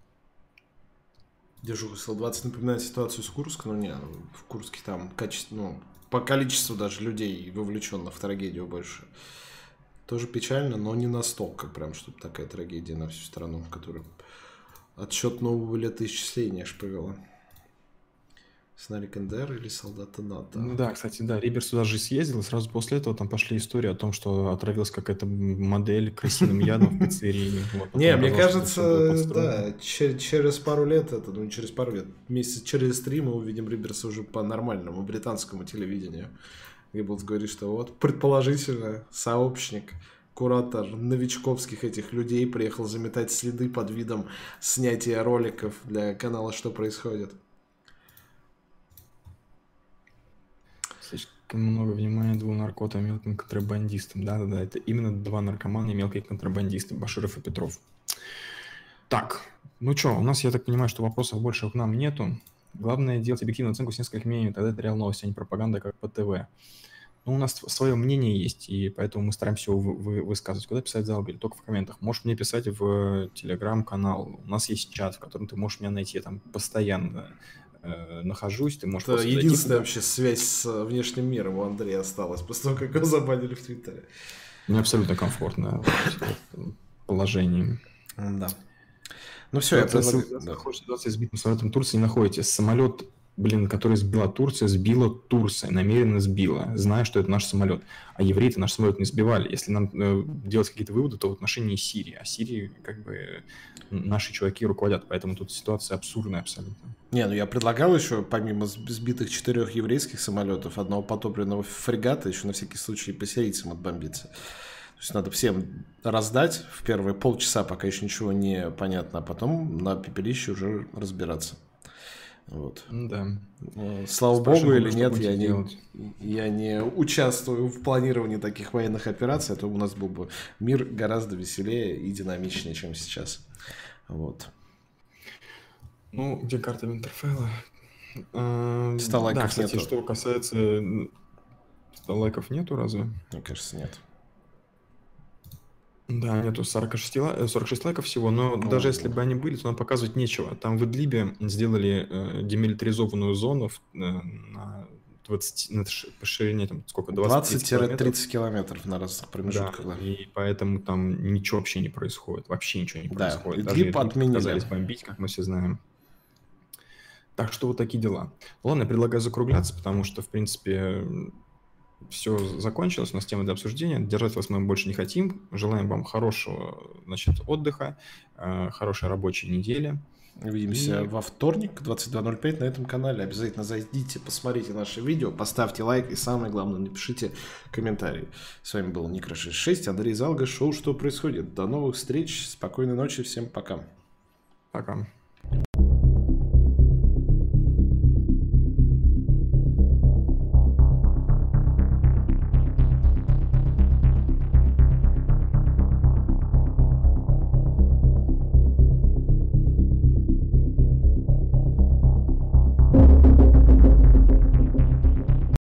Держу эс эл двадцать напоминает ситуацию с Курском, но не, в Курске там качество, ну, по количеству даже людей, вовлеченных в трагедию больше. Тоже печально, но не настолько, прям, чтобы такая трагедия на всю страну, которая отсчет нового летоисчисления аж повела. Снарик эн дэ эр или солдаты НАТО? Ну да, кстати, да, Рибер сюда же съездил, и сразу после этого там пошли истории о том, что отравилась какая-то модель крысиным ядом в пиццерии. Вот, потом Не, мне оказалось, что это всё было кажется, подстроено. да, че- через пару лет, это, ну, не через пару лет, месяц через три мы увидим Риберса уже по нормальному британскому телевидению. И будут говорить, что вот, предположительно, сообщник, куратор новичковских этих людей приехал заметать следы под видом снятия роликов для канала «Что происходит?». Слишком много внимания двум наркотам и мелким контрабандистам. Да-да-да, это именно два наркомана и мелкие контрабандисты, Баширов и Петров. Так, ну что, у нас, я так понимаю, что вопросов больше к нам нету. Главное делать объективную оценку с нескольких мнений, тогда это реал новости, а не пропаганда, как по ТВ. Ну, у нас свое мнение есть, и поэтому мы стараемся его вы- вы- высказывать. Куда писать залб или только в комментах? Можешь мне писать в телеграм-канал. У нас есть чат, в котором ты можешь меня найти. Я там постоянно э, нахожусь. Ты можешь Это просто зайти единственная туда. вообще связь с внешним миром у Андрея осталась после того, как его забанили в Твиттере. Мне абсолютно комфортно. положении. Да. Ну все, я предлагаю... Да. Ситуация с сбитым самолетом Турции не находите. Самолет, блин, который сбила Турция, сбила Турция, намеренно сбила, зная, что это наш самолет. А евреи-то наш самолет не сбивали. Если нам э, делать какие-то выводы, то в отношении Сирии. А Сирии, как бы, наши чуваки руководят, поэтому тут ситуация абсурдная абсолютно. Не, ну я предлагал еще, помимо сбитых четырех еврейских самолетов, одного потопленного фрегата, еще на всякий случай по сирийцам отбомбиться. То есть надо всем раздать в первые полчаса, пока еще ничего не понятно, а потом на пепелище уже разбираться. Вот. Да. Слава Богу или нет, я не, я не участвую в планировании таких военных операций, а то у нас был бы мир гораздо веселее и динамичнее, чем сейчас. Вот. Ну, где карта Винтерфелла? Сталайков да, кстати, нету. Что касается... Сталайков нету разве? Мне кажется, нет. Да, нету сорок шесть, сорок шесть лайков всего, но О, даже если бы они были, то нам показывать нечего. Там в Идлибе сделали э, демилитаризованную зону э, на двадцать, на по ширине там сколько? двадцать-тридцать километров на разных промежутках. Да, да, и поэтому там ничего вообще не происходит. Вообще ничего не да, происходит. Идлиб даже отменили. Отказались бомбить, как мы все знаем. Так что вот такие дела. Ладно, я предлагаю закругляться, потому что, в принципе... Все закончилось, у нас тема для обсуждения. Держать вас мы больше не хотим. Желаем вам хорошего, значит, отдыха, э, хорошей рабочей недели. Увидимся и... во вторник, двадцать два ноль пять на этом канале. Обязательно зайдите, посмотрите наше видео, поставьте лайк и самое главное, напишите комментарий. С вами был Никра шестьдесят шесть, Андрей Залга, шоу «Что происходит?». До новых встреч, спокойной ночи, всем пока. Пока.